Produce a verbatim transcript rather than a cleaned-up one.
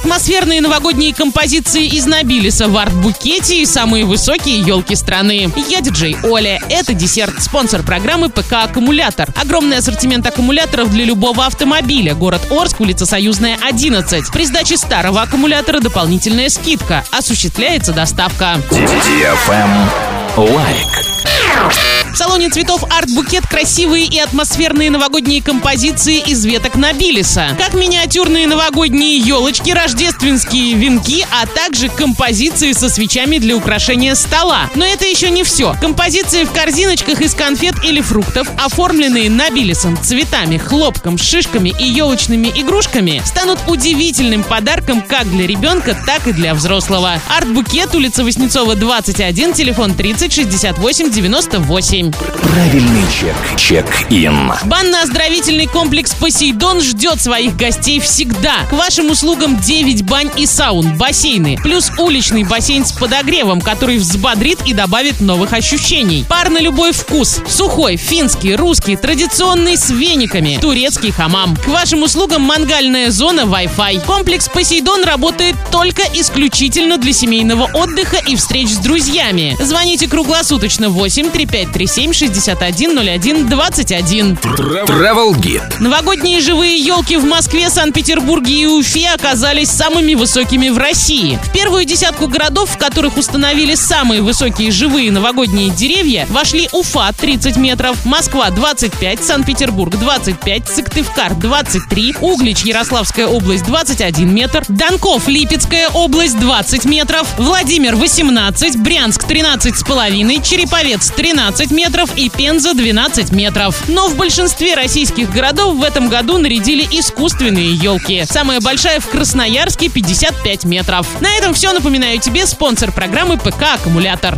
Атмосферные новогодние композиции из Нобилиса в арт-букете и самые высокие елки страны. Я диджей Оля. Это десерт. Спонсор программы ПК «Аккумулятор». Огромный ассортимент аккумуляторов для любого автомобиля. Город Орск, улица Союзная, одиннадцать. При сдаче старого аккумулятора дополнительная скидка. Осуществляется доставка. Лайк. В салоне цветов «Арт-букет» красивые и атмосферные новогодние композиции из веток Нобилиса. Как миниатюрные новогодние елочки, рождественские венки, а также композиции со свечами для украшения стола. Но это еще не все. Композиции в корзиночках из конфет или фруктов, оформленные Нобилисом цветами, хлопком, шишками и елочными игрушками, станут удивительным подарком как для ребенка, так и для взрослого. «Арт-букет», улица Васнецова, двадцать один, телефон тридцать шестьдесят восемь девяносто восемь. Правильный чек. Чек-ин. Банно-оздоровительный комплекс «Посейдон» ждет своих гостей всегда. К вашим услугам девять бань и саун, бассейны, плюс уличный бассейн с подогревом, который взбодрит и добавит новых ощущений. Пар на любой вкус. Сухой, финский, русский, традиционный с вениками, турецкий хамам. К вашим услугам мангальная зона, Wi-Fi. Комплекс «Посейдон» работает только исключительно для семейного отдыха и встреч с друзьями. Звоните круглосуточно восемь три пять три семь шестьдесят один ноль один двадцать один. Travel Guide. Новогодние живые елки в Москве, Санкт-Петербурге и Уфе оказались самыми высокими в России. В первую десятку городов, в которых установили самые высокие живые новогодние деревья, вошли Уфа тридцать метров, Москва двадцать пять, Санкт-Петербург двадцать пять, Сыктывкар двадцать три, Углич, Ярославская область двадцать один метр, Донков, Липецкая область двадцать метров, Владимир восемнадцать, Брянск тринадцать с половиной, Череповец тринадцать метров и Пенза двенадцать метров. Но в большинстве российских городов в этом году нарядили искусственные елки. Самая большая в Красноярске пятьдесят пять метров. На этом все. Напоминаю тебе, спонсор программы ПК «Аккумулятор».